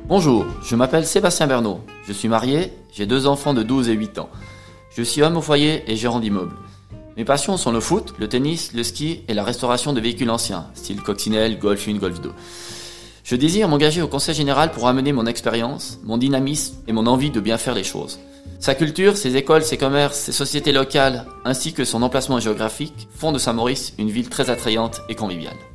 Bonjour, je m'appelle Sébastien Bernot. Je suis marié, j'ai 2 enfants de 12 et 8 ans. Je suis homme au foyer et gérant d'immeuble. Mes passions sont le foot, le tennis, le ski et la restauration de véhicules anciens, style Coccinelle, Golf 1, Golf 2. Je désire m'engager au Conseil général pour amener mon expérience, mon dynamisme et mon envie de bien faire les choses. Sa culture, ses écoles, ses commerces, ses sociétés locales, ainsi que son emplacement géographique font de Saint-Maurice une ville très attrayante et conviviale.